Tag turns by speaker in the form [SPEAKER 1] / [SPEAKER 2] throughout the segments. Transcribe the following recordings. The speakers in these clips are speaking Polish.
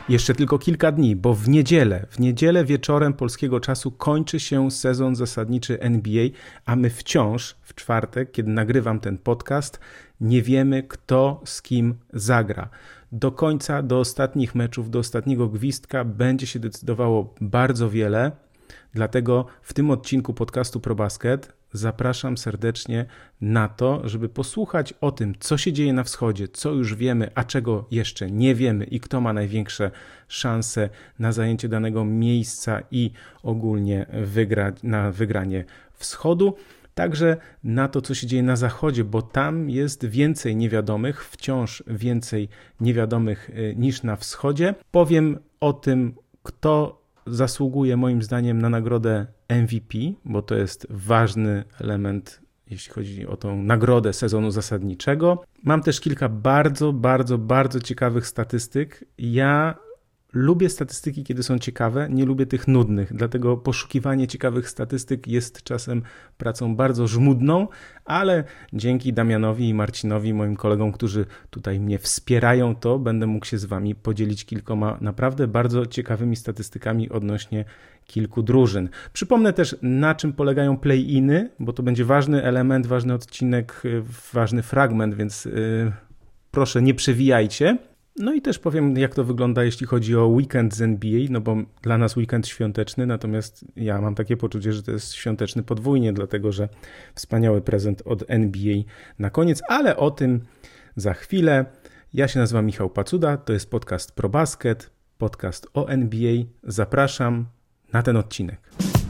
[SPEAKER 1] Jeszcze tylko kilka dni, bo w niedzielę wieczorem polskiego czasu kończy się sezon zasadniczy NBA, a my wciąż w czwartek, kiedy nagrywam ten podcast, nie wiemy, kto z kim zagra. Do końca, do ostatnich meczów, do ostatniego gwizdka będzie się decydowało bardzo wiele, dlatego w tym odcinku podcastu ProBasket zapraszam serdecznie na to, żeby posłuchać o tym, co się dzieje na wschodzie, co już wiemy, a czego jeszcze nie wiemy i kto ma największe szanse na zajęcie danego miejsca i ogólnie na wygranie wschodu. Także na to, co się dzieje na zachodzie, bo tam jest więcej niewiadomych, wciąż więcej niewiadomych niż na wschodzie. Powiem o tym, kto zasługuje moim zdaniem na nagrodę MVP, bo to jest ważny element, jeśli chodzi o tą nagrodę sezonu zasadniczego. Mam też kilka bardzo ciekawych statystyk. Ja lubię statystyki, kiedy są ciekawe, nie lubię tych nudnych, dlatego poszukiwanie ciekawych statystyk jest czasem pracą bardzo żmudną, ale dzięki Damianowi i Marcinowi, moim kolegom, którzy tutaj mnie wspierają, to będę mógł się z wami podzielić kilkoma naprawdę bardzo ciekawymi statystykami odnośnie kilku drużyn. Przypomnę też, na czym polegają play-iny, bo to będzie ważny element, ważny odcinek, ważny fragment, więc proszę nie przewijajcie. No i też powiem, jak to wygląda, jeśli chodzi o weekend z NBA, no bo dla nas weekend świąteczny, natomiast ja mam takie poczucie, że to jest świąteczny podwójnie, dlatego że wspaniały prezent od NBA na koniec, ale o tym za chwilę. Ja się nazywam Michał Pacuda, to jest podcast ProBasket, podcast o NBA. Zapraszam na ten odcinek.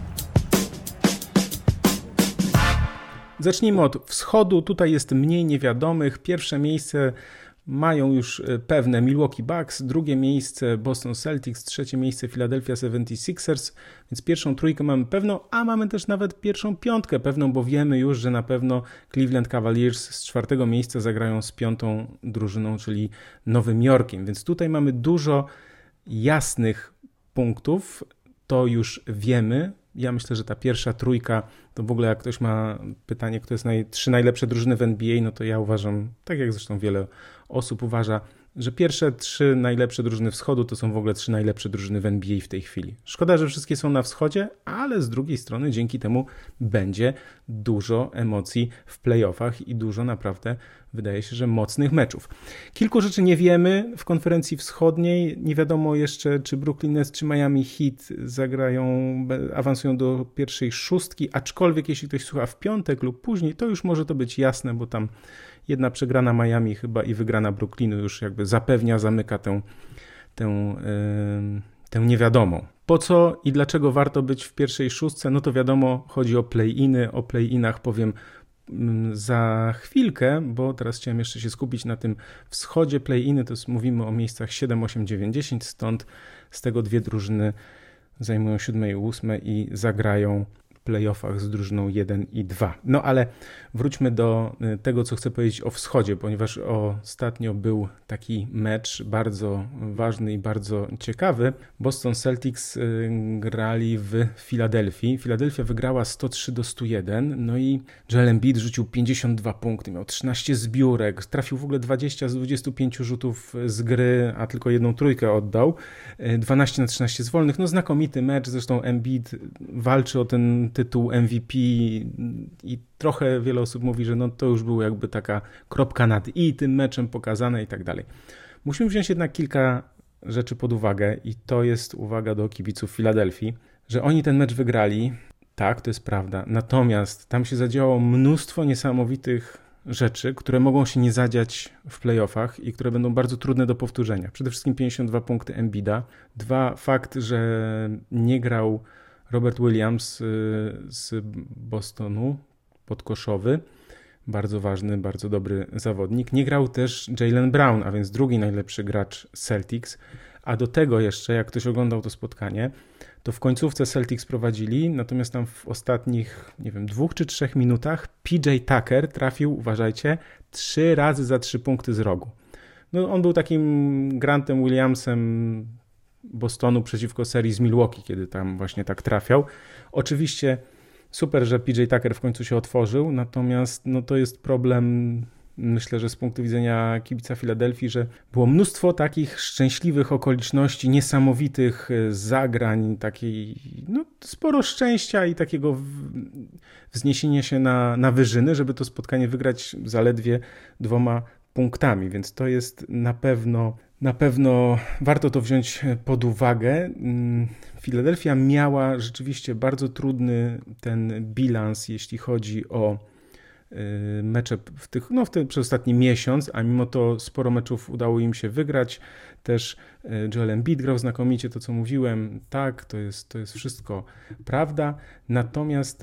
[SPEAKER 1] Zacznijmy od wschodu, tutaj jest mniej niewiadomych. Pierwsze miejsce mają już pewne Milwaukee Bucks, drugie miejsce Boston Celtics, trzecie miejsce Philadelphia 76ers, więc pierwszą trójkę mamy pewną, a mamy też nawet pierwszą piątkę pewną, bo wiemy już, że na pewno Cleveland Cavaliers z czwartego miejsca zagrają z piątą drużyną, czyli Nowym Jorkiem, więc tutaj mamy dużo jasnych punktów, to już wiemy. Ja myślę, że ta pierwsza trójka, to w ogóle jak ktoś ma pytanie, kto jest trzy najlepsze drużyny w NBA, no to ja uważam, tak jak zresztą wiele osób uważa, że pierwsze trzy najlepsze drużyny wschodu to są w ogóle trzy najlepsze drużyny w NBA w tej chwili. Szkoda, że wszystkie są na wschodzie, ale z drugiej strony dzięki temu będzie dużo emocji w playoffach i dużo naprawdę, wydaje się, że mocnych meczów. Kilku rzeczy nie wiemy w konferencji wschodniej. Nie wiadomo jeszcze, czy Brooklyn Nets, czy Miami Heat awansują do pierwszej szóstki, aczkolwiek jeśli ktoś słucha w piątek lub później, to już może to być jasne, bo tam jedna przegrana Miami chyba i wygrana Brooklynu już jakby zamyka tę niewiadomą. Po co i dlaczego warto być w pierwszej szóstce? No to wiadomo, chodzi o play-iny. O play-inach powiem za chwilkę, bo teraz chciałem jeszcze się skupić na tym wschodzie. Play-iny to mówimy o miejscach 7, 8, 9, 10, stąd z tego dwie drużyny zajmują 7 i 8 i zagrają w playoffach z drużyną 1 i 2. No ale wróćmy do tego, co chcę powiedzieć o wschodzie, ponieważ ostatnio był taki mecz bardzo ważny i bardzo ciekawy. Boston Celtics grali w Filadelfii. Filadelfia wygrała 103-101, no i Joel Embiid rzucił 52 punkty, miał 13 zbiórek, trafił w ogóle 20 z 25 rzutów z gry, a tylko jedną trójkę oddał, 12 na 13 z wolnych. No znakomity mecz, zresztą Embiid walczy o ten tytuł MVP i trochę wiele osób mówi, że no to już było jakby taka kropka nad i tym meczem pokazane i tak dalej. Musimy wziąć jednak kilka rzeczy pod uwagę i to jest uwaga do kibiców Filadelfii, że oni ten mecz wygrali, tak, to jest prawda, natomiast tam się zadziało mnóstwo niesamowitych rzeczy, które mogą się nie zadziać w playoffach i które będą bardzo trudne do powtórzenia. Przede wszystkim 52 punkty Embida. Fakt, że nie grał Robert Williams z Bostonu, podkoszowy, bardzo ważny, bardzo dobry zawodnik. Nie grał też Jaylen Brown, a więc drugi najlepszy gracz Celtics, a do tego jeszcze, jak ktoś oglądał to spotkanie, to w końcówce Celtics prowadzili, natomiast tam w ostatnich, 2 czy 3 minutach PJ Tucker trafił, uważajcie, 3 razy za 3 punkty z rogu. No, on był takim Grantem Williamsem Bostonu przeciwko serii z Milwaukee, kiedy tam właśnie tak trafiał. Oczywiście super, że PJ Tucker w końcu się otworzył, natomiast no to jest problem myślę, że z punktu widzenia kibica Filadelfii, że było mnóstwo takich szczęśliwych okoliczności, niesamowitych zagrań, takiej sporo szczęścia i takiego wzniesienia się na wyżyny, żeby to spotkanie wygrać zaledwie 2 punktami, więc to jest na pewno warto to wziąć pod uwagę. Filadelfia miała rzeczywiście bardzo trudny ten bilans, jeśli chodzi o mecze przez ostatni miesiąc, a mimo to sporo meczów udało im się wygrać. Też Joel Embiid grał znakomicie, to co mówiłem, tak, to jest wszystko prawda. Natomiast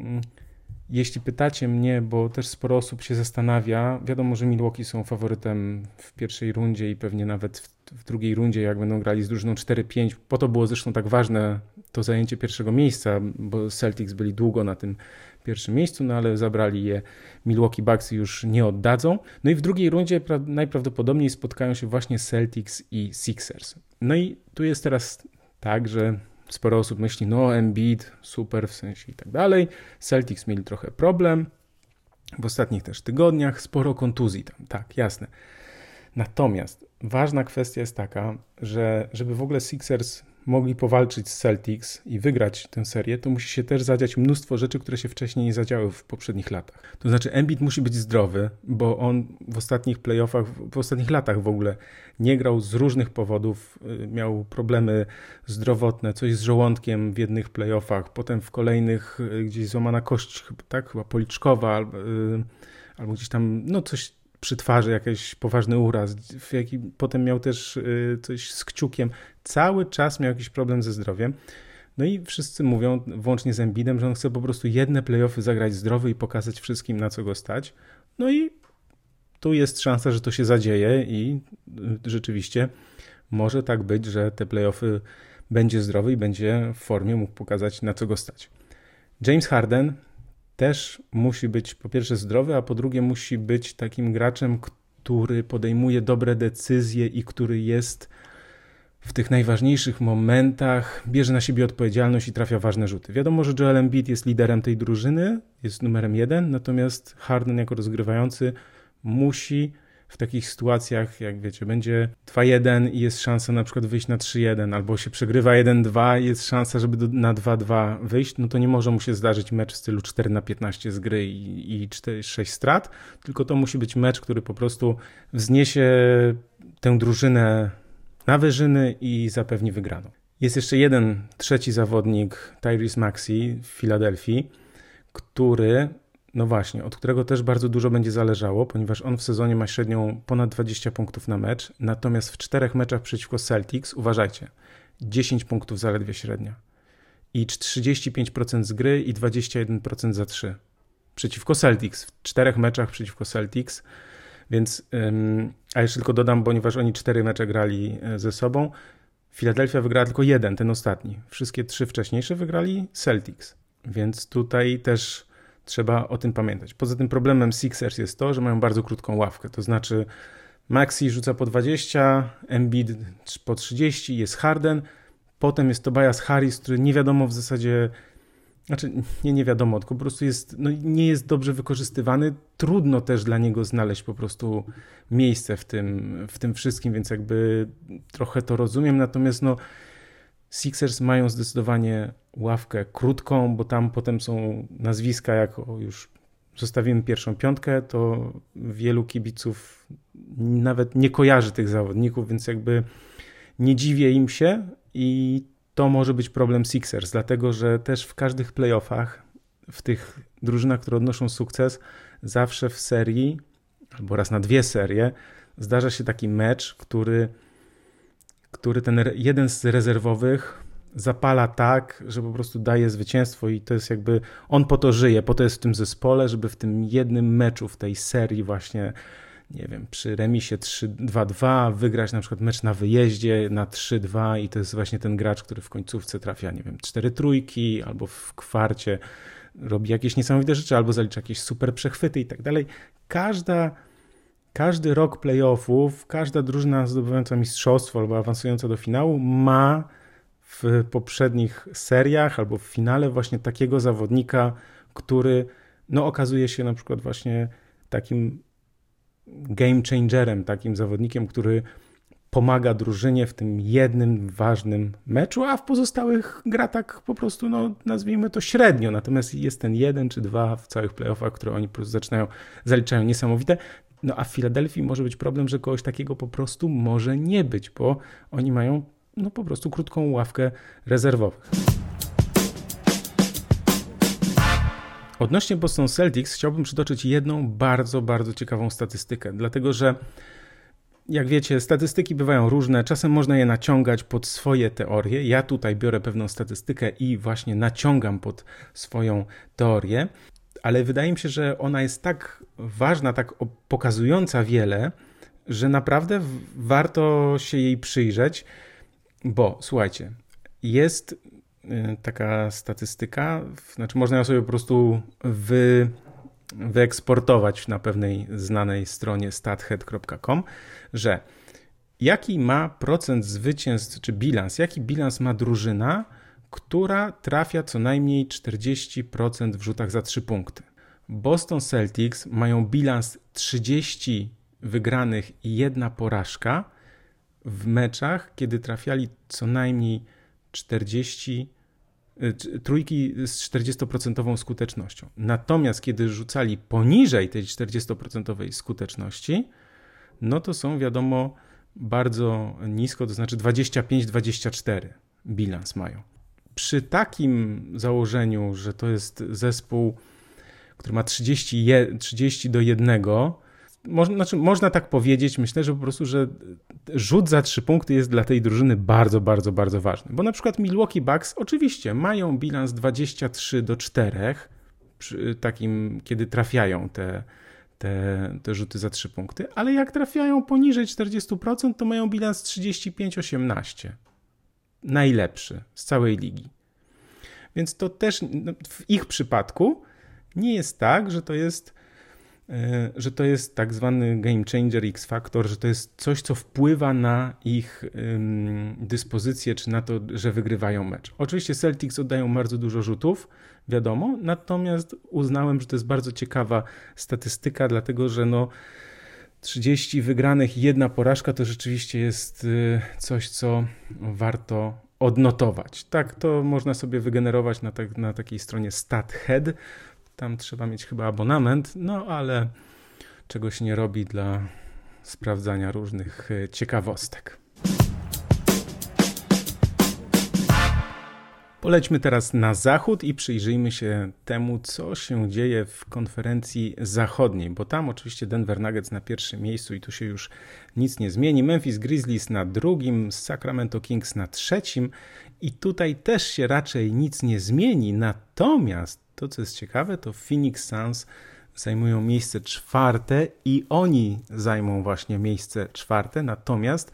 [SPEAKER 1] jeśli pytacie mnie, bo też sporo osób się zastanawia, wiadomo, że Milwaukee są faworytem w pierwszej rundzie i pewnie nawet w drugiej rundzie, jak będą grali z drużyną 4-5. Po to było zresztą tak ważne to zajęcie pierwszego miejsca, bo Celtics byli długo na tym pierwszym miejscu, ale zabrali je Milwaukee Bucks i już nie oddadzą. No i w drugiej rundzie najprawdopodobniej spotkają się właśnie Celtics i Sixers. No i tu jest teraz tak, że sporo osób myśli, Embiid, super w sensie i tak dalej. Celtics mieli trochę problem. W ostatnich też tygodniach sporo kontuzji tam, tak, jasne. Natomiast ważna kwestia jest taka, że żeby w ogóle Sixers mogli powalczyć z Celtics i wygrać tę serię, to musi się też zadziać mnóstwo rzeczy, które się wcześniej nie zadziały w poprzednich latach. To znaczy Embiid musi być zdrowy, bo on w ostatnich playoffach, w ostatnich latach w ogóle nie grał z różnych powodów, miał problemy zdrowotne, coś z żołądkiem w jednych playoffach, potem w kolejnych gdzieś złamana kość, tak, chyba policzkowa, albo gdzieś tam, coś przy twarzy, jakiś poważny uraz, potem miał też coś z kciukiem, cały czas miał jakiś problem ze zdrowiem. No i wszyscy mówią, włącznie z Embiidem, że on chce po prostu jedne playoffy zagrać zdrowy i pokazać wszystkim, na co go stać. No i tu jest szansa, że to się zadzieje i rzeczywiście może tak być, że te playoffy będzie zdrowy i będzie w formie mógł pokazać, na co go stać. James Harden też musi być po pierwsze zdrowy, a po drugie musi być takim graczem, który podejmuje dobre decyzje i który jest w tych najważniejszych momentach, bierze na siebie odpowiedzialność i trafia ważne rzuty. Wiadomo, że Joel Embiid jest liderem tej drużyny, jest numerem 1, natomiast Harden jako rozgrywający musi w takich sytuacjach, jak wiecie, będzie 2-1 i jest szansa na przykład wyjść na 3-1, albo się przegrywa 1-2 i jest szansa, żeby na 2-2 wyjść, to nie może mu się zdarzyć mecz w stylu 4-15 z gry i 6 strat, tylko to musi być mecz, który po prostu wzniesie tę drużynę na wyżyny i zapewni wygraną. Jest jeszcze jeden trzeci zawodnik, Tyrese Maxey w Filadelfii, który, od którego też bardzo dużo będzie zależało, ponieważ on w sezonie ma średnią ponad 20 punktów na mecz, natomiast w 4 meczach przeciwko Celtics, uważajcie, 10 punktów zaledwie średnia i 35% z gry i 21% za 3 przeciwko Celtics, w 4 meczach przeciwko Celtics, więc, a jeszcze tylko dodam, ponieważ oni 4 mecze grali ze sobą, Filadelfia wygrała tylko 1, ten ostatni. Wszystkie 3 wcześniejsze wygrali Celtics, więc tutaj też trzeba o tym pamiętać. Poza tym problemem Sixers jest to, że mają bardzo krótką ławkę, to znaczy Maxey rzuca po 20, Embiid po 30, jest Harden, potem jest Tobias Harris, który nie wiadomo w zasadzie, nie wiadomo, tylko po prostu jest, nie jest dobrze wykorzystywany. Trudno też dla niego znaleźć po prostu miejsce w tym wszystkim, więc jakby trochę to rozumiem. Natomiast Sixers mają zdecydowanie ławkę krótką, bo tam potem są nazwiska, jak już zostawimy pierwszą piątkę, to wielu kibiców nawet nie kojarzy tych zawodników, więc jakby nie dziwię im się i to może być problem Sixers, dlatego że też w każdych playoffach, w tych drużynach, które odnoszą sukces, zawsze w serii, albo raz na 2 serie, zdarza się taki mecz, który ten jeden z rezerwowych zapala tak, że po prostu daje zwycięstwo i to jest jakby, on po to żyje, po to jest w tym zespole, żeby w tym jednym meczu, w tej serii właśnie, nie wiem, przy remisie 3-2-2 wygrać na przykład mecz na wyjeździe na 3-2 i to jest właśnie ten gracz, który w końcówce trafia, 4 trójki albo w kwarcie robi jakieś niesamowite rzeczy, albo zalicza jakieś super przechwyty i tak dalej. Każdy rok playoffów, każda drużyna zdobywająca mistrzostwo albo awansująca do finału ma w poprzednich seriach albo w finale właśnie takiego zawodnika, który okazuje się na przykład właśnie takim game changerem, takim zawodnikiem, który pomaga drużynie w tym jednym ważnym meczu, a w pozostałych gra tak po prostu, no nazwijmy to średnio. Natomiast jest ten 1 czy 2 w całych playoffach, które oni po prostu zaliczają niesamowite. No a w Filadelfii może być problem, że kogoś takiego po prostu może nie być, bo oni mają no po prostu krótką ławkę rezerwowych. Odnośnie Boston Celtics chciałbym przytoczyć jedną bardzo, bardzo ciekawą statystykę, dlatego że jak wiecie, statystyki bywają różne, czasem można je naciągać pod swoje teorie. Ja tutaj biorę pewną statystykę i właśnie naciągam pod swoją teorię, ale wydaje mi się, że ona jest tak ważna, tak pokazująca wiele, że naprawdę warto się jej przyjrzeć, bo słuchajcie, jest taka statystyka, znaczy można ją sobie po prostu wyeksportować na pewnej znanej stronie stathead.com, że jaki ma procent zwycięstw, czy bilans, jaki bilans ma drużyna, która trafia co najmniej 40% w rzutach za 3 punkty. Boston Celtics mają bilans 30 wygranych i 1 porażka w meczach, kiedy trafiali co najmniej 40 trójki z 40% skutecznością. Natomiast kiedy rzucali poniżej tej 40% skuteczności, no to są wiadomo bardzo nisko, to znaczy 25-24 bilans mają. Przy takim założeniu, że to jest zespół, który ma 30-1, można tak powiedzieć, myślę, że po prostu, że rzut za 3 punkty jest dla tej drużyny bardzo, bardzo, bardzo ważny. Bo na przykład Milwaukee Bucks oczywiście mają bilans 23-4, przy takim, kiedy trafiają te rzuty za 3 punkty, ale jak trafiają poniżej 40%, to mają bilans 35-18. Najlepszy z całej ligi. Więc to też w ich przypadku nie jest tak, że to jest tak zwany game changer, X-faktor, że to jest coś, co wpływa na ich dyspozycję, czy na to, że wygrywają mecz. Oczywiście Celtics oddają bardzo dużo rzutów, wiadomo, natomiast uznałem, że to jest bardzo ciekawa statystyka, dlatego że 30 wygranych i 1 porażka to rzeczywiście jest coś, co warto odnotować. Tak, to można sobie wygenerować na takiej stronie StatHead. Tam trzeba mieć chyba abonament, ale czego się nie robi dla sprawdzania różnych ciekawostek. Polećmy teraz na zachód i przyjrzyjmy się temu, co się dzieje w konferencji zachodniej, bo tam oczywiście Denver Nuggets na pierwszym miejscu i tu się już nic nie zmieni. Memphis Grizzlies na drugim, Sacramento Kings na trzecim i tutaj też się raczej nic nie zmieni, natomiast to, co jest ciekawe, to Phoenix Suns zajmują miejsce 4 i oni zajmą właśnie miejsce 4, natomiast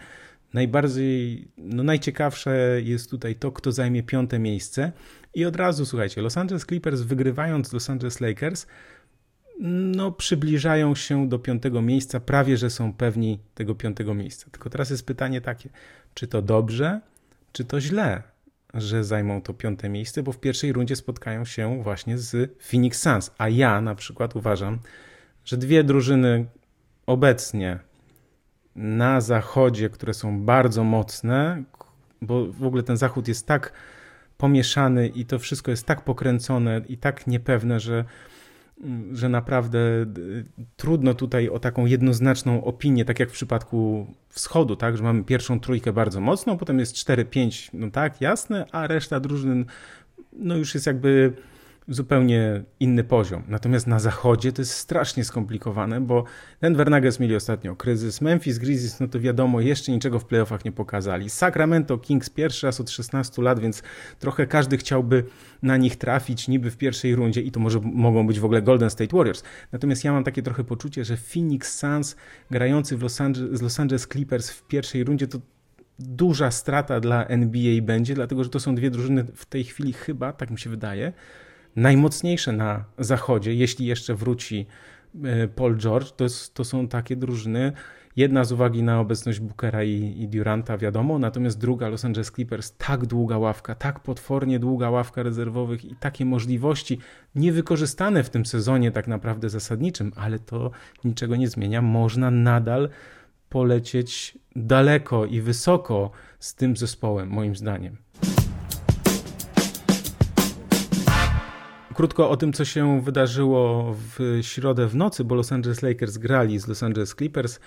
[SPEAKER 1] najciekawsze jest tutaj to, kto zajmie 5 miejsce i od razu, słuchajcie, Los Angeles Clippers wygrywając Los Angeles Lakers, przybliżają się do 5 miejsca, prawie że są pewni tego 5 miejsca. Tylko teraz jest pytanie takie, czy to dobrze, czy to źle, że zajmą to 5 miejsce, bo w pierwszej rundzie spotkają się właśnie z Phoenix Suns, a ja na przykład uważam, że 2 drużyny obecnie na zachodzie, które są bardzo mocne, bo w ogóle ten zachód jest tak pomieszany i to wszystko jest tak pokręcone i tak niepewne, że naprawdę trudno tutaj o taką jednoznaczną opinię, tak jak w przypadku wschodu, tak, że mamy pierwszą trójkę bardzo mocną, potem jest 4-5, tak, jasne, a reszta drużyn już jest jakby zupełnie inny poziom. Natomiast na zachodzie to jest strasznie skomplikowane, bo Denver Nuggets mieli ostatnio kryzys, Memphis Grizzlies, to wiadomo, jeszcze niczego w playoffach nie pokazali. Sacramento Kings pierwszy raz od 16 lat, więc trochę każdy chciałby na nich trafić niby w pierwszej rundzie i to może mogą być w ogóle Golden State Warriors. Natomiast ja mam takie trochę poczucie, że Phoenix Suns grający z Los Angeles Clippers w pierwszej rundzie to duża strata dla NBA będzie, dlatego że to są 2 drużyny w tej chwili chyba, tak mi się wydaje, najmocniejsze na zachodzie, jeśli jeszcze wróci Paul George, to są takie drużyny Jedna z uwagi na obecność Bookera i Duranta, wiadomo, natomiast druga, Los Angeles Clippers, tak długa ławka, tak potwornie długa ławka rezerwowych i takie możliwości niewykorzystane w tym sezonie tak naprawdę zasadniczym, ale to niczego nie zmienia. Można nadal polecieć daleko i wysoko z tym zespołem, moim zdaniem. Krótko o tym, co się wydarzyło w środę w nocy, bo Los Angeles Lakers grali z Los Angeles Clippers.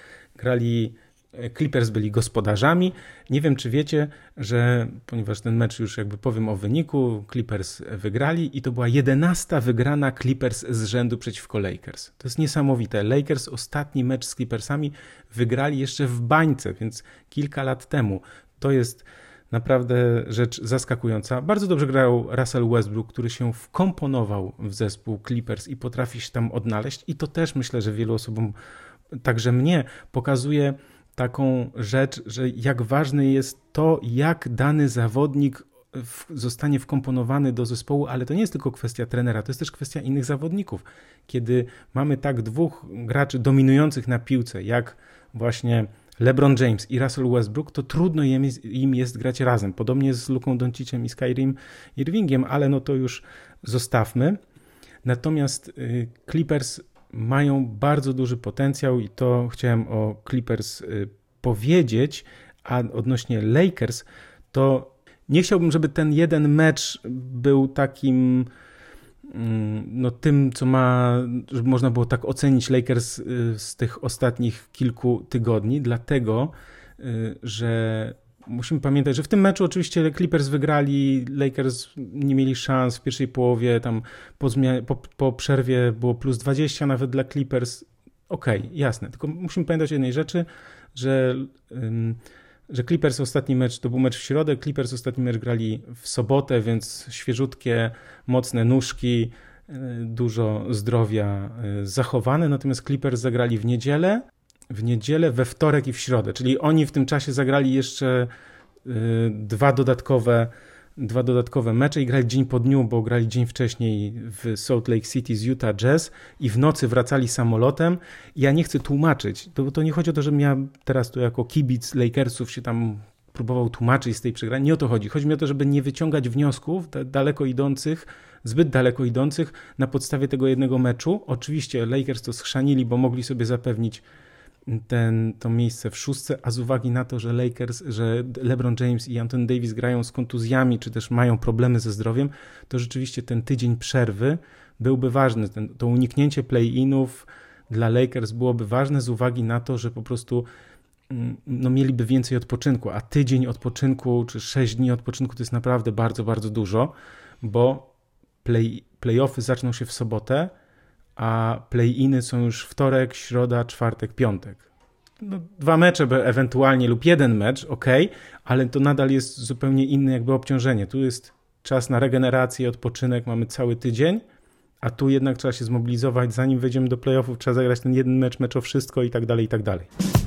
[SPEAKER 1] Clippers byli gospodarzami. Nie wiem, czy wiecie, że ponieważ ten mecz już jakby powiem o wyniku, Clippers wygrali i to była 11. wygrana Clippers z rzędu przeciwko Lakers. To jest niesamowite. Lakers ostatni mecz z Clippersami wygrali jeszcze w bańce, więc kilka lat temu. To jest naprawdę rzecz zaskakująca. Bardzo dobrze grał Russell Westbrook, który się wkomponował w zespół Clippers i potrafi się tam odnaleźć i to też myślę, że wielu osobom, także mnie, pokazuje taką rzecz, że jak ważne jest to, jak dany zawodnik zostanie wkomponowany do zespołu, ale to nie jest tylko kwestia trenera, to jest też kwestia innych zawodników. Kiedy mamy tak dwóch graczy dominujących na piłce, jak właśnie LeBron James i Russell Westbrook, to trudno im jest grać razem. Podobnie z Luką Doncicem i z Kyrie Irvingiem, ale no to już zostawmy. Natomiast Clippers mają bardzo duży potencjał i to chciałem o Clippers powiedzieć, a odnośnie Lakers, to nie chciałbym, żeby ten jeden mecz był takim tym, co żeby można było tak ocenić Lakers z tych ostatnich kilku tygodni, dlatego, że musimy pamiętać, że w tym meczu oczywiście Clippers wygrali, Lakers nie mieli szans w pierwszej połowie, tam po przerwie było plus 20 nawet dla Clippers. Okej, jasne, tylko musimy pamiętać o jednej rzeczy, że Clippers ostatni mecz to był mecz w środę, Clippers ostatni mecz grali w sobotę, więc świeżutkie, mocne nóżki, dużo zdrowia zachowane, natomiast Clippers zagrali w niedzielę, we wtorek i w środę, czyli oni w tym czasie zagrali jeszcze dwa dodatkowe mecze i grali dzień po dniu, bo grali dzień wcześniej w Salt Lake City z Utah Jazz i w nocy wracali samolotem. Ja nie chcę tłumaczyć, to nie chodzi o to, żebym ja teraz tu jako kibic Lakersów się tam próbował tłumaczyć z tej przegrany. Nie o to chodzi. Chodzi mi o to, żeby nie wyciągać wniosków zbyt daleko idących na podstawie tego jednego meczu. Oczywiście Lakers to schrzanili, bo mogli sobie zapewnić to miejsce w szóstce, a z uwagi na to, że LeBron James i Anthony Davis grają z kontuzjami, czy też mają problemy ze zdrowiem, to rzeczywiście ten tydzień przerwy byłby ważny. To uniknięcie play-inów dla Lakers byłoby ważne z uwagi na to, że po prostu mieliby więcej odpoczynku, a tydzień odpoczynku, czy 6 dni odpoczynku to jest naprawdę bardzo, bardzo dużo, bo play-offy zaczną się w sobotę, a play-iny są już wtorek, środa, czwartek, piątek. 2 mecze ewentualnie lub 1 mecz, ale to nadal jest zupełnie inne jakby obciążenie. Tu jest czas na regenerację, odpoczynek, mamy cały tydzień, a tu jednak trzeba się zmobilizować, zanim wejdziemy do play-offów, trzeba zagrać ten jeden mecz o wszystko i tak dalej, i tak dalej.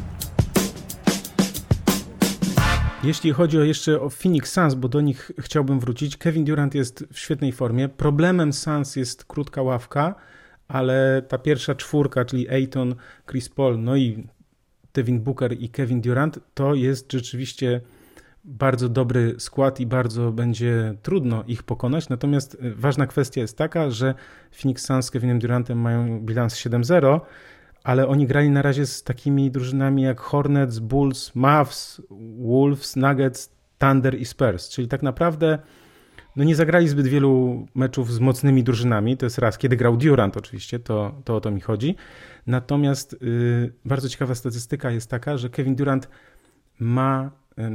[SPEAKER 1] Jeśli chodzi jeszcze o Phoenix Suns, bo do nich chciałbym wrócić, Kevin Durant jest w świetnej formie. Problemem Suns jest krótka ławka, ale ta pierwsza czwórka, czyli Ayton, Chris Paul, no i Devin Booker i Kevin Durant, to jest rzeczywiście bardzo dobry skład i bardzo będzie trudno ich pokonać. Natomiast ważna kwestia jest taka, że Phoenix Suns z Kevinem Durantem mają bilans 7-0, ale oni grali na razie z takimi drużynami jak Hornets, Bulls, Mavs, Wolves, Nuggets, Thunder i Spurs, czyli tak naprawdę nie zagrali zbyt wielu meczów z mocnymi drużynami, to jest raz, kiedy grał Durant oczywiście, to o to mi chodzi. Natomiast bardzo ciekawa statystyka jest taka, że Kevin Durant ma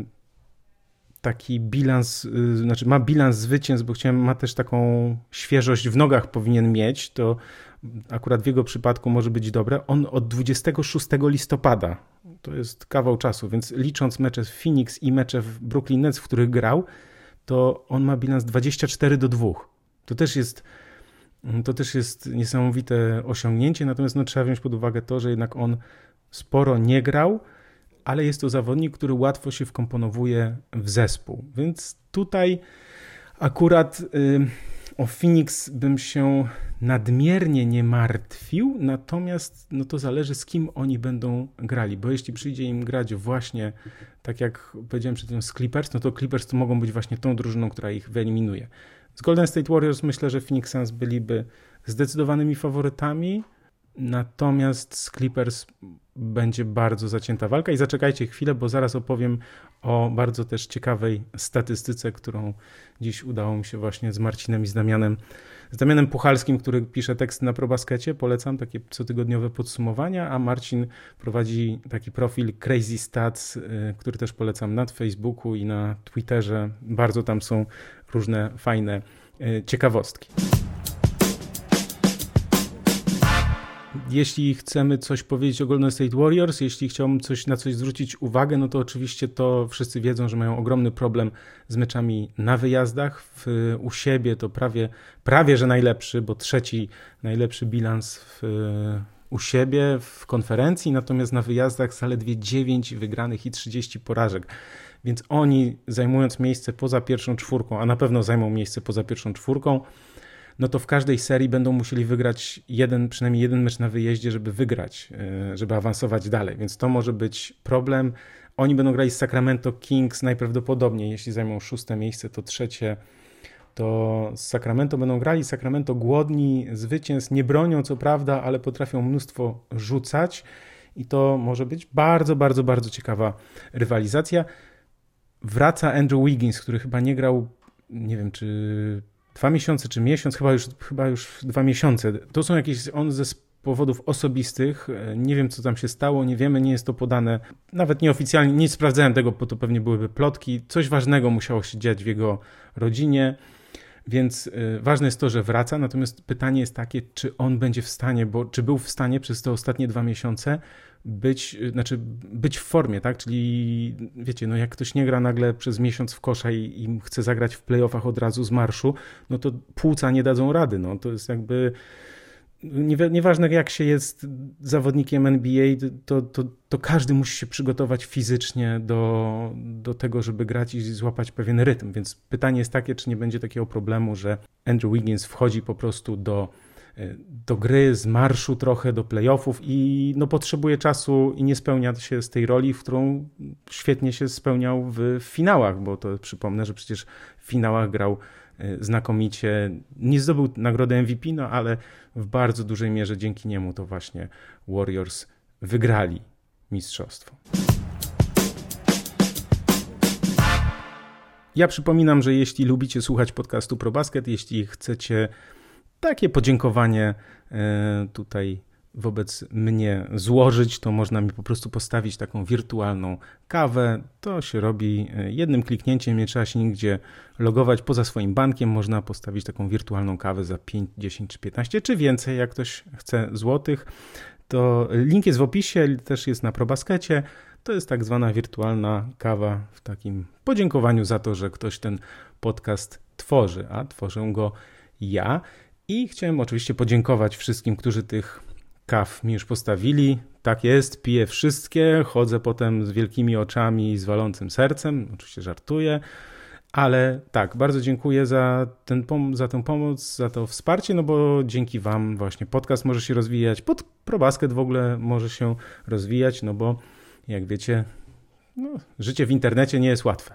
[SPEAKER 1] taki bilans, ma bilans zwycięstw, bo ma też taką świeżość w nogach powinien mieć, to akurat w jego przypadku może być dobre. On od 26 listopada, to jest kawał czasu, więc licząc mecze w Phoenix i mecze w Brooklyn Nets, w których grał, to on ma bilans 24-2. To też jest niesamowite osiągnięcie, natomiast trzeba wziąć pod uwagę to, że jednak on sporo nie grał, ale jest to zawodnik, który łatwo się wkomponowuje w zespół. Więc tutaj Akurat o Phoenix bym się nadmiernie nie martwił, natomiast no to zależy, z kim oni będą grali, bo jeśli przyjdzie im grać właśnie, tak jak powiedziałem przed tym, z Clippers, no to Clippers to mogą być właśnie tą drużyną, która ich wyeliminuje. Z Golden State Warriors myślę, że Phoenix Suns byliby zdecydowanymi faworytami, natomiast z Clippers będzie bardzo zacięta walka i zaczekajcie chwilę, bo zaraz opowiem o bardzo też ciekawej statystyce, którą dziś udało mi się właśnie z Marcinem i z Damianem Puchalskim, który pisze teksty na ProBaskecie. Polecam takie cotygodniowe podsumowania, a Marcin prowadzi taki profil Crazy Stats, który też polecam na Facebooku i na Twitterze. Bardzo tam są różne fajne ciekawostki. Jeśli chcemy coś powiedzieć o Golden State Warriors, jeśli chciałbym na coś zwrócić uwagę, no to oczywiście to wszyscy wiedzą, że mają ogromny problem z meczami na wyjazdach. U siebie to prawie że najlepszy, bo trzeci najlepszy bilans u siebie w konferencji, natomiast na wyjazdach zaledwie 9 wygranych i 30 porażek. Więc oni, zajmując miejsce poza pierwszą czwórką, a na pewno zajmą miejsce poza pierwszą czwórką, no to w każdej serii będą musieli wygrać przynajmniej jeden mecz na wyjeździe, żeby wygrać, żeby awansować dalej, więc to może być problem. Oni będą grali z Sacramento Kings najprawdopodobniej, jeśli zajmą 6. miejsce, to 3. to z Sacramento będą grali. Sacramento głodni zwycięstw, nie bronią co prawda, ale potrafią mnóstwo rzucać i to może być bardzo, bardzo, bardzo ciekawa rywalizacja. Wraca Andrew Wiggins, który chyba nie grał, nie wiem czy 2 miesiące czy miesiąc, chyba już 2 miesiące. To są jakieś, on z powodów osobistych, nie wiem co tam się stało, nie wiemy, nie jest to podane, nawet nieoficjalnie, nie sprawdzałem tego, bo to pewnie byłyby plotki, coś ważnego musiało się dziać w jego rodzinie, więc ważne jest to, że wraca, natomiast pytanie jest takie, czy on będzie w stanie, czy był w stanie przez te ostatnie 2 miesiące być w formie, tak? Czyli wiecie, no jak ktoś nie gra nagle przez miesiąc w kosza i chce zagrać w playoffach od razu z marszu, no to płuca nie dadzą rady, no to jest jakby nieważne jak się jest zawodnikiem NBA, to każdy musi się przygotować fizycznie do tego, żeby grać i złapać pewien rytm, więc pytanie jest takie, czy nie będzie takiego problemu, że Andrew Wiggins wchodzi po prostu do gry, z marszu trochę, do playoffów i no potrzebuje czasu i nie spełnia się z tej roli, w którą świetnie się spełniał w finałach, bo to przypomnę, że przecież w finałach grał znakomicie, nie zdobył nagrody MVP, no ale w bardzo dużej mierze dzięki niemu to właśnie Warriors wygrali mistrzostwo. Ja przypominam, że jeśli lubicie słuchać podcastu ProBasket, jeśli chcecie takie podziękowanie tutaj wobec mnie złożyć, to można mi po prostu postawić taką wirtualną kawę. To się robi jednym kliknięciem, nie trzeba się nigdzie logować. Poza swoim bankiem można postawić taką wirtualną kawę za 5, 10 czy 15 czy więcej, jak ktoś chce złotych. To link jest w opisie, też jest na ProBaskecie. To jest tak zwana wirtualna kawa w takim podziękowaniu za to, że ktoś ten podcast tworzy, a tworzę go ja. I chciałem oczywiście podziękować wszystkim, którzy tych kaw mi już postawili. Tak jest, piję wszystkie, chodzę potem z wielkimi oczami i z walącym sercem. Oczywiście żartuję, ale tak, bardzo dziękuję za tę pomoc, za to wsparcie, no bo dzięki wam właśnie podcast może się rozwijać, ProBasket w ogóle może się rozwijać, no bo jak wiecie, no, życie w internecie nie jest łatwe.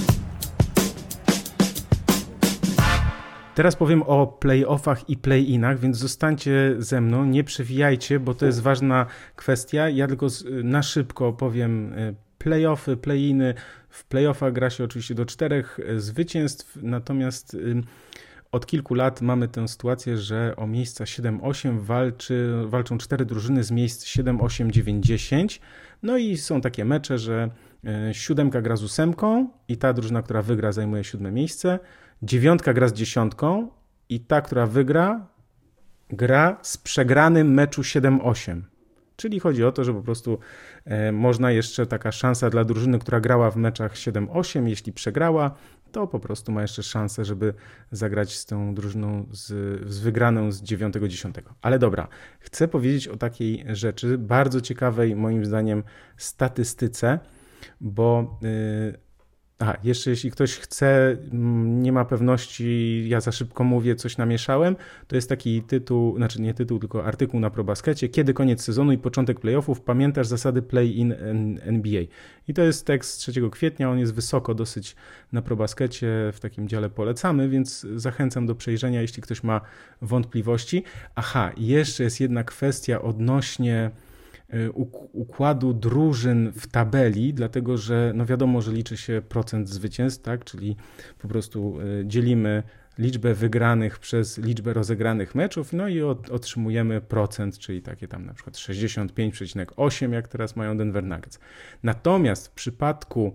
[SPEAKER 1] Teraz powiem o play-offach i play-inach, więc zostańcie ze mną, nie przewijajcie, bo to jest ważna kwestia. Ja tylko na szybko powiem play-offy, play-iny. W play-offach gra się oczywiście do 4 zwycięstw, natomiast od kilku lat mamy tę sytuację, że o miejsca 7-8 walczą 4 drużyny z miejsc 7, 8, 9, 10. No i są takie mecze, że 7 gra z 8 i ta drużyna, która wygra, zajmuje 7 miejsce. 9 gra z 10 i ta, która wygra, gra z przegranym meczu 7-8. Czyli chodzi o to, że po prostu można jeszcze taka szansa dla drużyny, która grała w meczach 7-8, jeśli przegrała, to po prostu ma jeszcze szansę, żeby zagrać z tą drużyną z wygraną z 9-10. Ale dobra, chcę powiedzieć o takiej rzeczy, bardzo ciekawej moim zdaniem statystyce, bo Jeszcze jeśli ktoś chce, nie ma pewności, ja za szybko mówię, coś namieszałem, to jest taki tytuł, znaczy nie tytuł, tylko artykuł na ProBaskecie, kiedy koniec sezonu i początek playoffów, pamiętasz zasady play-in NBA. I to jest tekst z 3 kwietnia, on jest wysoko dosyć na ProBaskecie, w takim dziale polecamy, więc zachęcam do przejrzenia, jeśli ktoś ma wątpliwości. I jeszcze jest jedna kwestia odnośnie układu drużyn w tabeli, dlatego że wiadomo, że liczy się procent zwycięstw, tak? Czyli po prostu dzielimy liczbę wygranych przez liczbę rozegranych meczów, i otrzymujemy procent, czyli takie tam na przykład 65,8, jak teraz mają Denver Nuggets. Natomiast w przypadku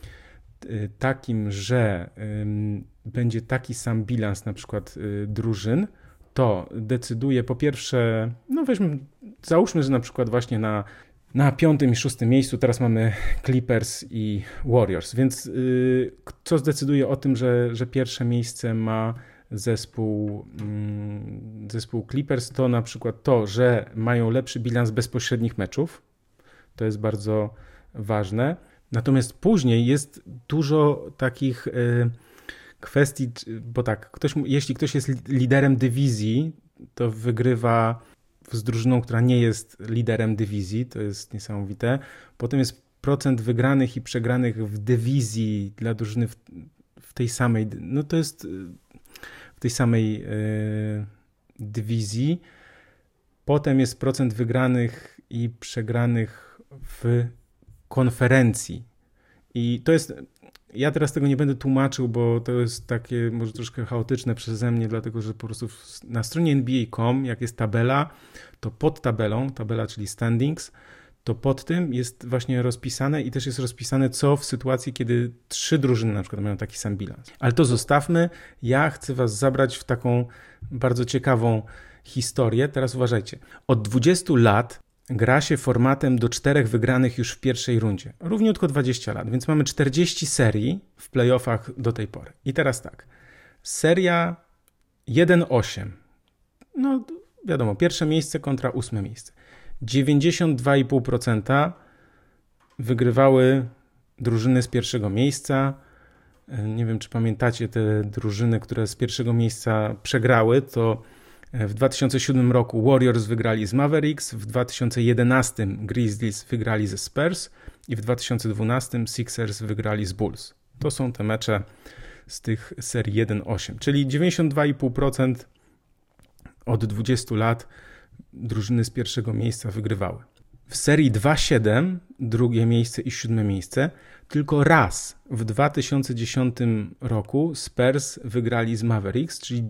[SPEAKER 1] takim, że będzie taki sam bilans na przykład drużyn, to decyduje po pierwsze, załóżmy, że na przykład właśnie na 5. i 6. miejscu teraz mamy Clippers i Warriors, więc co zdecyduje o tym, że pierwsze miejsce ma zespół Clippers, to na przykład to, że mają lepszy bilans bezpośrednich meczów, to jest bardzo ważne, natomiast później jest dużo takich kwestii, bo tak, jeśli ktoś jest liderem dywizji, to wygrywa z drużyną, która nie jest liderem dywizji, to jest niesamowite. Potem jest procent wygranych i przegranych w dywizji dla drużyny w tej samej, to jest w tej samej dywizji. Potem jest procent wygranych i przegranych w konferencji. I to jest... Ja teraz tego nie będę tłumaczył, bo to jest takie może troszkę chaotyczne przeze mnie, dlatego że po prostu na stronie NBA.com, jak jest tabela, to pod tabelą, tabela czyli standings, to pod tym jest właśnie rozpisane i też jest rozpisane, co w sytuacji, kiedy 3 drużyny na przykład mają taki sam bilans. Ale to zostawmy. Ja chcę was zabrać w taką bardzo ciekawą historię. Teraz uważajcie. Od 20 lat gra się formatem do 4 wygranych już w pierwszej rundzie. Równiutko 20 lat, więc mamy 40 serii w playoffach do tej pory. I teraz tak, seria 1-8, wiadomo, pierwsze miejsce kontra 8 miejsce. 92,5% wygrywały drużyny z pierwszego miejsca. Nie wiem, czy pamiętacie te drużyny, które z pierwszego miejsca przegrały, to w 2007 roku Warriors wygrali z Mavericks, w 2011 Grizzlies wygrali ze Spurs i w 2012 Sixers wygrali z Bulls. To są te mecze z tych serii 1-8, czyli 92,5% od 20 lat drużyny z pierwszego miejsca wygrywały. W serii 2-7, drugie miejsce i 7 miejsce, tylko raz w 2010 roku Spurs wygrali z Mavericks, czyli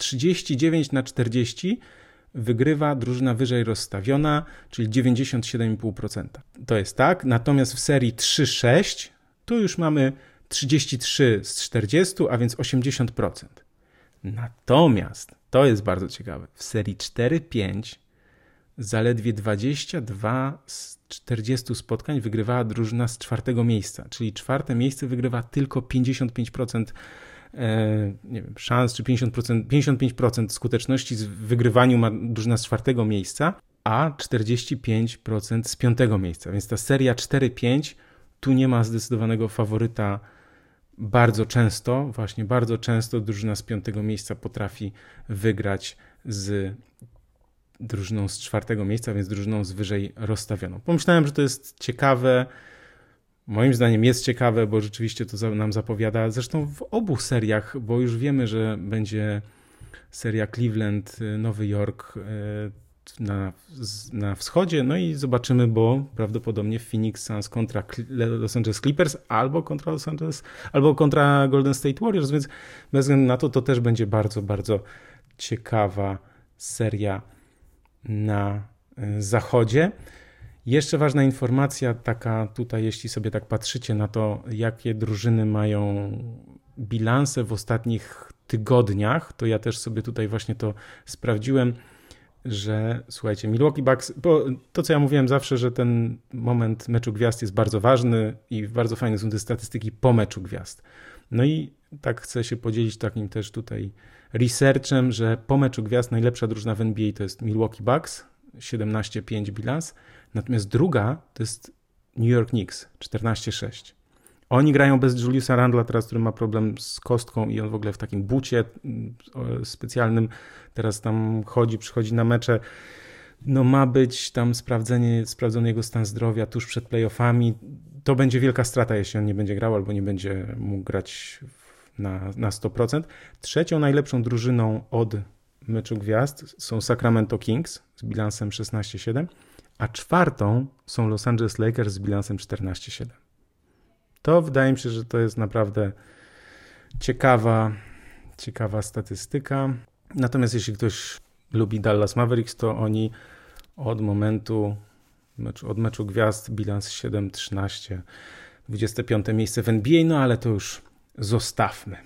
[SPEAKER 1] 39-40 wygrywa drużyna wyżej rozstawiona, czyli 97,5%. To jest tak. Natomiast w serii 3-6 tu już mamy 33 z 40, a więc 80%. Natomiast, to jest bardzo ciekawe, w serii 4-5 zaledwie 22 z 40 spotkań wygrywała drużyna z 4. miejsca, czyli 4. miejsce wygrywa tylko 55% szans, czy 55% skuteczności w wygrywaniu ma drużyna z 4. miejsca, a 45% z 5. miejsca. Więc ta seria 4-5 tu nie ma zdecydowanego faworyta. Bardzo często drużyna z 5. miejsca potrafi wygrać z drużyną z 4. miejsca, więc drużyną z wyżej rozstawioną. Pomyślałem, że to jest ciekawe. Moim zdaniem jest ciekawe, bo rzeczywiście to nam zapowiada, zresztą w obu seriach, bo już wiemy, że będzie seria Cleveland, Nowy Jork na wschodzie, i zobaczymy, bo prawdopodobnie Phoenix Suns kontra Los Angeles Clippers albo kontra Los Angeles, albo kontra Golden State Warriors, więc bez względu na to też będzie bardzo, bardzo ciekawa seria na zachodzie. Jeszcze ważna informacja taka tutaj, jeśli sobie tak patrzycie na to, jakie drużyny mają bilanse w ostatnich tygodniach, to ja też sobie tutaj właśnie to sprawdziłem, że słuchajcie, Milwaukee Bucks, bo to co ja mówiłem zawsze, że ten moment meczu gwiazd jest bardzo ważny i bardzo fajne są te statystyki po meczu gwiazd. I tak chcę się podzielić takim też tutaj researchem, że po meczu gwiazd najlepsza drużyna w NBA to jest Milwaukee Bucks, 17-5 bilans, natomiast druga to jest New York Knicks, 14-6. Oni grają bez Juliusa Randla teraz, który ma problem z kostką i on w ogóle w takim bucie specjalnym teraz tam przychodzi na mecze. No ma być tam sprawdzony jego stan zdrowia tuż przed playoffami. To będzie wielka strata, jeśli on nie będzie grał albo nie będzie mógł grać na 100%. Trzecią najlepszą drużyną od meczu gwiazd są Sacramento Kings z bilansem 16-7, a czwartą są Los Angeles Lakers z bilansem 14-7. To wydaje mi się, że to jest naprawdę ciekawa statystyka. Natomiast jeśli ktoś lubi Dallas Mavericks, to oni od meczu gwiazd bilans 7-13, 25. miejsce w NBA, no ale to już zostawmy.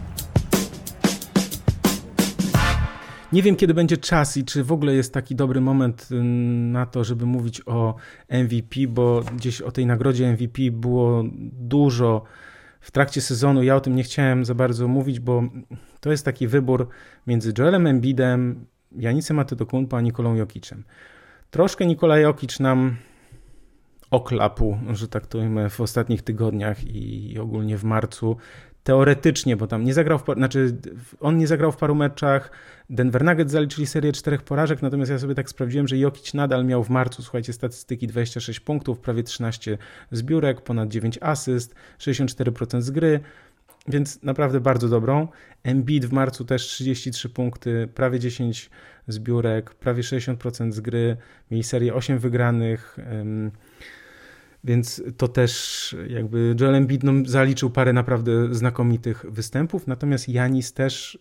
[SPEAKER 1] Nie wiem, kiedy będzie czas i czy w ogóle jest taki dobry moment na to, żeby mówić o MVP, bo gdzieś o tej nagrodzie MVP było dużo w trakcie sezonu. Ja o tym nie chciałem za bardzo mówić, bo to jest taki wybór między Joelem Embidem, Giannisem Antetokounmpo a Nikolą Jokicem. Troszkę Nikola Jokic nam oklapł, że tak to ujmę, w ostatnich tygodniach i ogólnie w marcu. Teoretycznie, bo tam nie zagrał, on nie zagrał w paru meczach. Denver Nuggets zaliczyli serię 4 porażek, natomiast ja sobie tak sprawdziłem, że Jokic nadal miał w marcu, słuchajcie, statystyki 26 punktów, prawie 13 zbiórek, ponad 9 asyst, 64% z gry, więc naprawdę bardzo dobrą. Embiid w marcu też 33 punkty, prawie 10 zbiórek, prawie 60% z gry, mieli serię 8 wygranych, więc to też jakby Joel Embiid zaliczył parę naprawdę znakomitych występów, natomiast Giannis też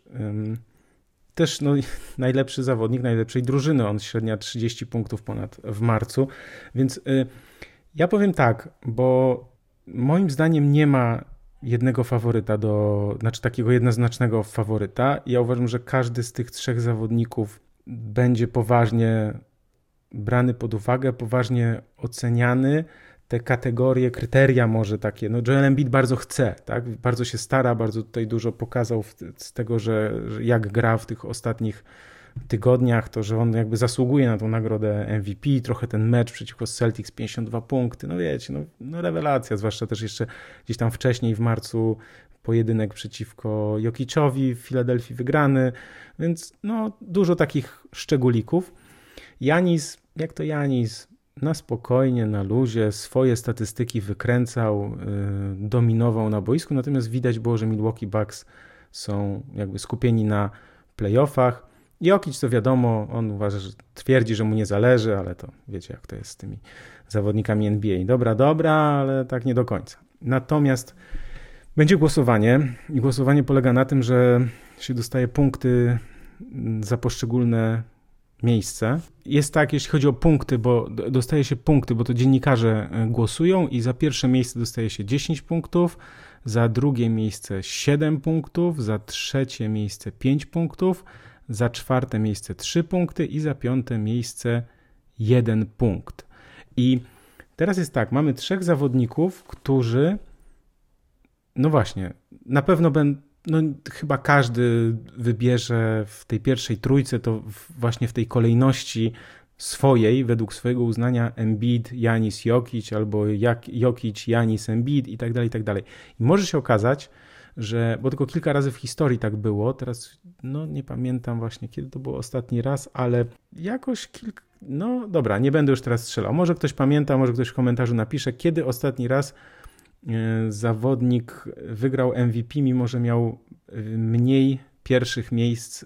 [SPEAKER 1] najlepszy zawodnik najlepszej drużyny, on średnia 30 punktów ponad w marcu, więc ja powiem tak, bo moim zdaniem nie ma jednego faworyta, takiego jednoznacznego faworyta. Ja uważam, że każdy z tych 3 zawodników będzie poważnie brany pod uwagę, poważnie oceniany. Te kategorie, kryteria może takie, Joel Embiid bardzo chce, tak? Bardzo się stara, bardzo tutaj dużo pokazał z tego, że jak gra w tych ostatnich tygodniach, to, że on jakby zasługuje na tą nagrodę MVP, trochę ten mecz przeciwko Celtics 52 punkty, wiecie, rewelacja, zwłaszcza też jeszcze gdzieś tam wcześniej w marcu pojedynek przeciwko Jokiczowi w Filadelfii wygrany, więc dużo takich szczególików. Giannis, na spokojnie, na luzie, swoje statystyki wykręcał, dominował na boisku, natomiast widać było, że Milwaukee Bucks są jakby skupieni na playoffach. Jokic to wiadomo, on uważa, że twierdzi, że mu nie zależy, ale to wiecie, jak to jest z tymi zawodnikami NBA. Dobra, ale tak nie do końca. Natomiast będzie głosowanie i głosowanie polega na tym, że się dostaje punkty za poszczególne miejsce. Jest tak, jeśli chodzi o punkty, bo dostaje się punkty, bo to dziennikarze głosują i za pierwsze miejsce dostaje się 10 punktów, za drugie miejsce 7 punktów, za trzecie miejsce 5 punktów, za czwarte miejsce 3 punkty i za piąte miejsce 1 punkt. I teraz jest tak, mamy 3 zawodników, którzy na pewno chyba każdy wybierze w tej pierwszej trójce, to właśnie w tej kolejności swojej, według swojego uznania Embiid, Giannis, Jokic, albo Jokic, Giannis, Embiid i tak dalej, i tak dalej. I może się okazać, że, bo tylko kilka razy w historii tak było, teraz nie pamiętam właśnie kiedy to było ostatni raz, ale jakoś dobra, nie będę już teraz strzelał. Może ktoś pamięta, może ktoś w komentarzu napisze, kiedy ostatni raz zawodnik wygrał MVP, mimo że miał mniej pierwszych miejsc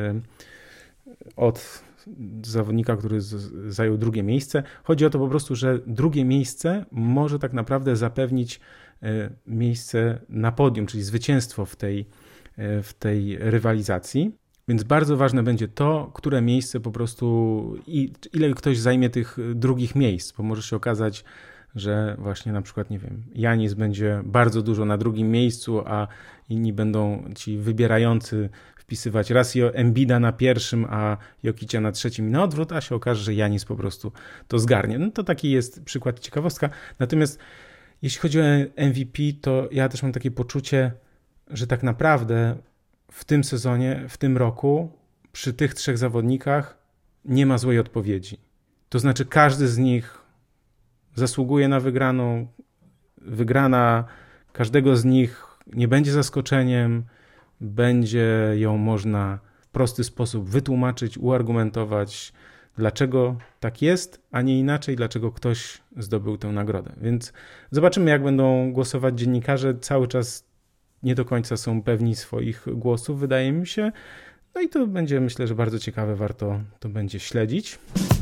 [SPEAKER 1] od zawodnika, który zajął drugie miejsce. Chodzi o to po prostu, że drugie miejsce może tak naprawdę zapewnić miejsce na podium, czyli zwycięstwo w tej rywalizacji. Więc bardzo ważne będzie to, które miejsce po prostu ile ktoś zajmie tych drugich miejsc, bo może się okazać, że właśnie na przykład, Giannis będzie bardzo dużo na drugim miejscu, a inni będą ci wybierający wpisywać raz Embida na pierwszym, a Jokicia na trzecim i na odwrót, a się okaże, że Giannis po prostu to zgarnie. To taki jest przykład, ciekawostka. Natomiast jeśli chodzi o MVP, to ja też mam takie poczucie, że tak naprawdę w tym sezonie, w tym roku, przy tych 3 zawodnikach nie ma złej odpowiedzi. To znaczy każdy z nich zasługuje na wygraną. Wygrana każdego z nich nie będzie zaskoczeniem, będzie ją można w prosty sposób wytłumaczyć, uargumentować, dlaczego tak jest, a nie inaczej, dlaczego ktoś zdobył tę nagrodę. Więc zobaczymy, jak będą głosować dziennikarze. Cały czas nie do końca są pewni swoich głosów, wydaje mi się. No i to będzie, myślę, że bardzo ciekawe, warto to będzie śledzić.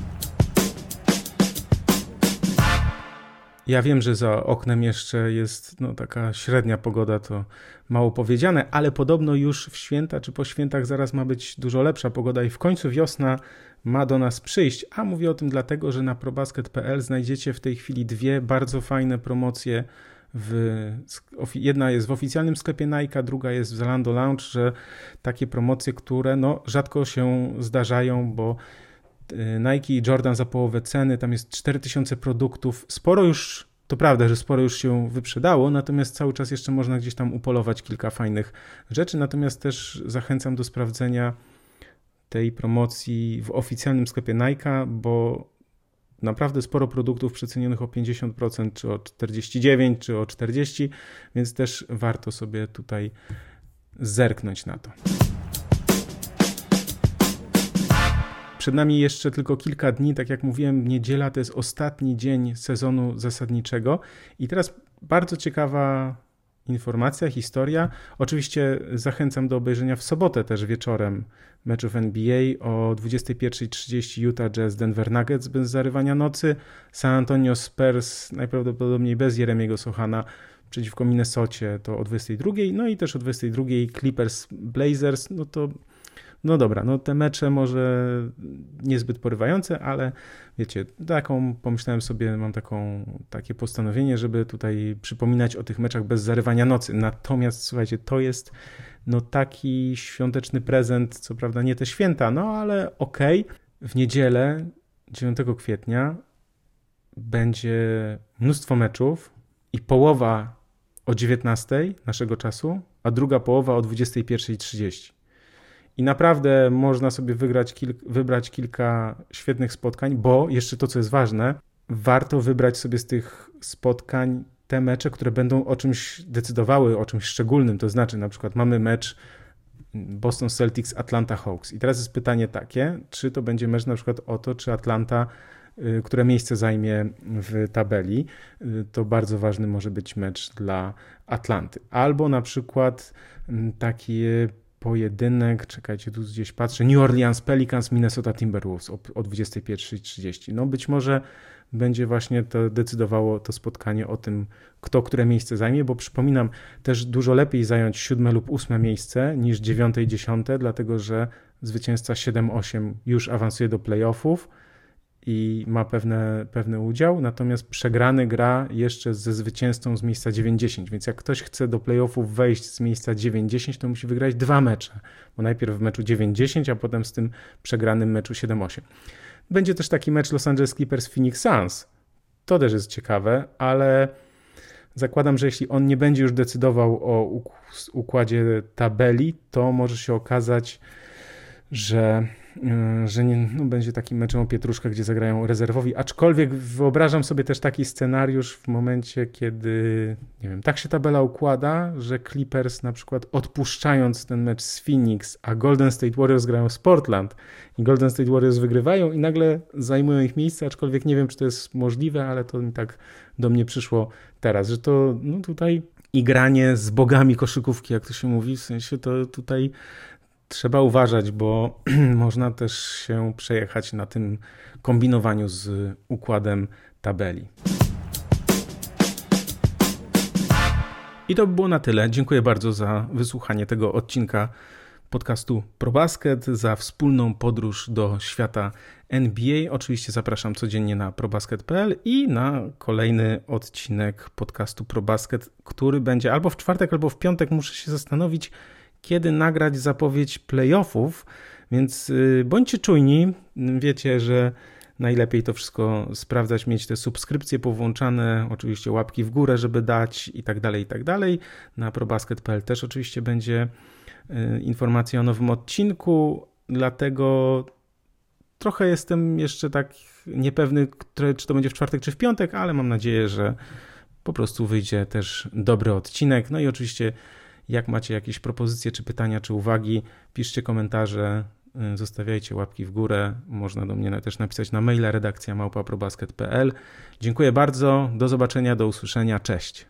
[SPEAKER 1] Ja wiem, że za oknem jeszcze jest taka średnia pogoda, to mało powiedziane, ale podobno już w święta czy po świętach zaraz ma być dużo lepsza pogoda i w końcu wiosna ma do nas przyjść. A mówię o tym dlatego, że na probasket.pl znajdziecie w tej chwili dwie bardzo fajne promocje. Jedna jest w oficjalnym sklepie Nike, druga jest w Zalando Lounge, że takie promocje, które rzadko się zdarzają, bo Nike i Jordan za połowę ceny, tam jest 4000 produktów, to prawda, że sporo już się wyprzedało, natomiast cały czas jeszcze można gdzieś tam upolować kilka fajnych rzeczy, natomiast też zachęcam do sprawdzenia tej promocji w oficjalnym sklepie Nike, bo naprawdę sporo produktów przecenionych o 50%, czy o 49%, czy o 40%, więc też warto sobie tutaj zerknąć na to. Przed nami jeszcze tylko kilka dni, tak jak mówiłem, niedziela to jest ostatni dzień sezonu zasadniczego i teraz bardzo ciekawa informacja, historia. Oczywiście zachęcam do obejrzenia w sobotę też wieczorem meczów NBA o 21:30 Utah Jazz, Denver Nuggets bez zarywania nocy, San Antonio Spurs najprawdopodobniej bez Jeremiego Sochana przeciwko Minnesocie to o 22:00, no i też o 22:00 Clippers Blazers, dobra, te mecze może niezbyt porywające, ale wiecie, pomyślałem sobie, mam takie postanowienie, żeby tutaj przypominać o tych meczach bez zarywania nocy. Natomiast słuchajcie, to jest taki świąteczny prezent, co prawda nie te święta, ale okej. W niedzielę 9 kwietnia będzie mnóstwo meczów i połowa o 19:00 naszego czasu, a druga połowa o 21:30. I naprawdę można sobie wybrać kilka świetnych spotkań, bo jeszcze to, co jest ważne, warto wybrać sobie z tych spotkań te mecze, które będą o czymś decydowały, o czymś szczególnym. To znaczy na przykład mamy mecz Boston Celtics Atlanta Hawks. I teraz jest pytanie takie, czy to będzie mecz na przykład o to, czy Atlanta, które miejsce zajmie w tabeli. To bardzo ważny może być mecz dla Atlanty. Albo na przykład takie pojedynek, czekajcie, tu gdzieś patrzę, New Orleans Pelicans, Minnesota Timberwolves o 21:30. Być może będzie właśnie to decydowało to spotkanie o tym, kto które miejsce zajmie, bo przypominam, też dużo lepiej zająć 7 lub 8 miejsce niż 9 i 10, dlatego że zwycięzca 7-8 już awansuje do playoffów i ma pewny udział, natomiast przegrany gra jeszcze ze zwycięzcą z miejsca 9-10, więc jak ktoś chce do playoffów wejść z miejsca 9-10, to musi wygrać 2 mecze, bo najpierw w meczu 9-10, a potem z tym przegranym meczu 7-8. Będzie też taki mecz Los Angeles Clippers Phoenix Suns, to też jest ciekawe, ale zakładam, że jeśli on nie będzie już decydował o układzie tabeli, to może się okazać, że będzie takim meczem o pietruszkę, gdzie zagrają rezerwowi, aczkolwiek wyobrażam sobie też taki scenariusz w momencie, kiedy, nie wiem, tak się tabela układa, że Clippers na przykład odpuszczając ten mecz z Phoenix, a Golden State Warriors grają z Portland i Golden State Warriors wygrywają i nagle zajmują ich miejsce, aczkolwiek nie wiem, czy to jest możliwe, ale to mi tak do mnie przyszło teraz, że to tutaj igranie z bogami koszykówki, jak to się mówi, w sensie to tutaj trzeba uważać, bo można też się przejechać na tym kombinowaniu z układem tabeli. I to by było na tyle. Dziękuję bardzo za wysłuchanie tego odcinka podcastu ProBasket, za wspólną podróż do świata NBA. Oczywiście zapraszam codziennie na probasket.pl i na kolejny odcinek podcastu ProBasket, który będzie albo w czwartek, albo w piątek. Muszę się zastanowić, kiedy nagrać zapowiedź playoffów, więc bądźcie czujni. Wiecie, że najlepiej to wszystko sprawdzać, mieć te subskrypcje powłączane, oczywiście łapki w górę, żeby dać i tak dalej, i tak dalej. Na probasket.pl też oczywiście będzie informacja o nowym odcinku, dlatego trochę jestem jeszcze tak niepewny, czy to będzie w czwartek, czy w piątek, ale mam nadzieję, że po prostu wyjdzie też dobry odcinek. No i oczywiście jak macie jakieś propozycje, czy pytania, czy uwagi, piszcie komentarze, zostawiajcie łapki w górę. Można do mnie też napisać na maila redakcja@probasket.pl. Dziękuję bardzo, do zobaczenia, do usłyszenia, cześć.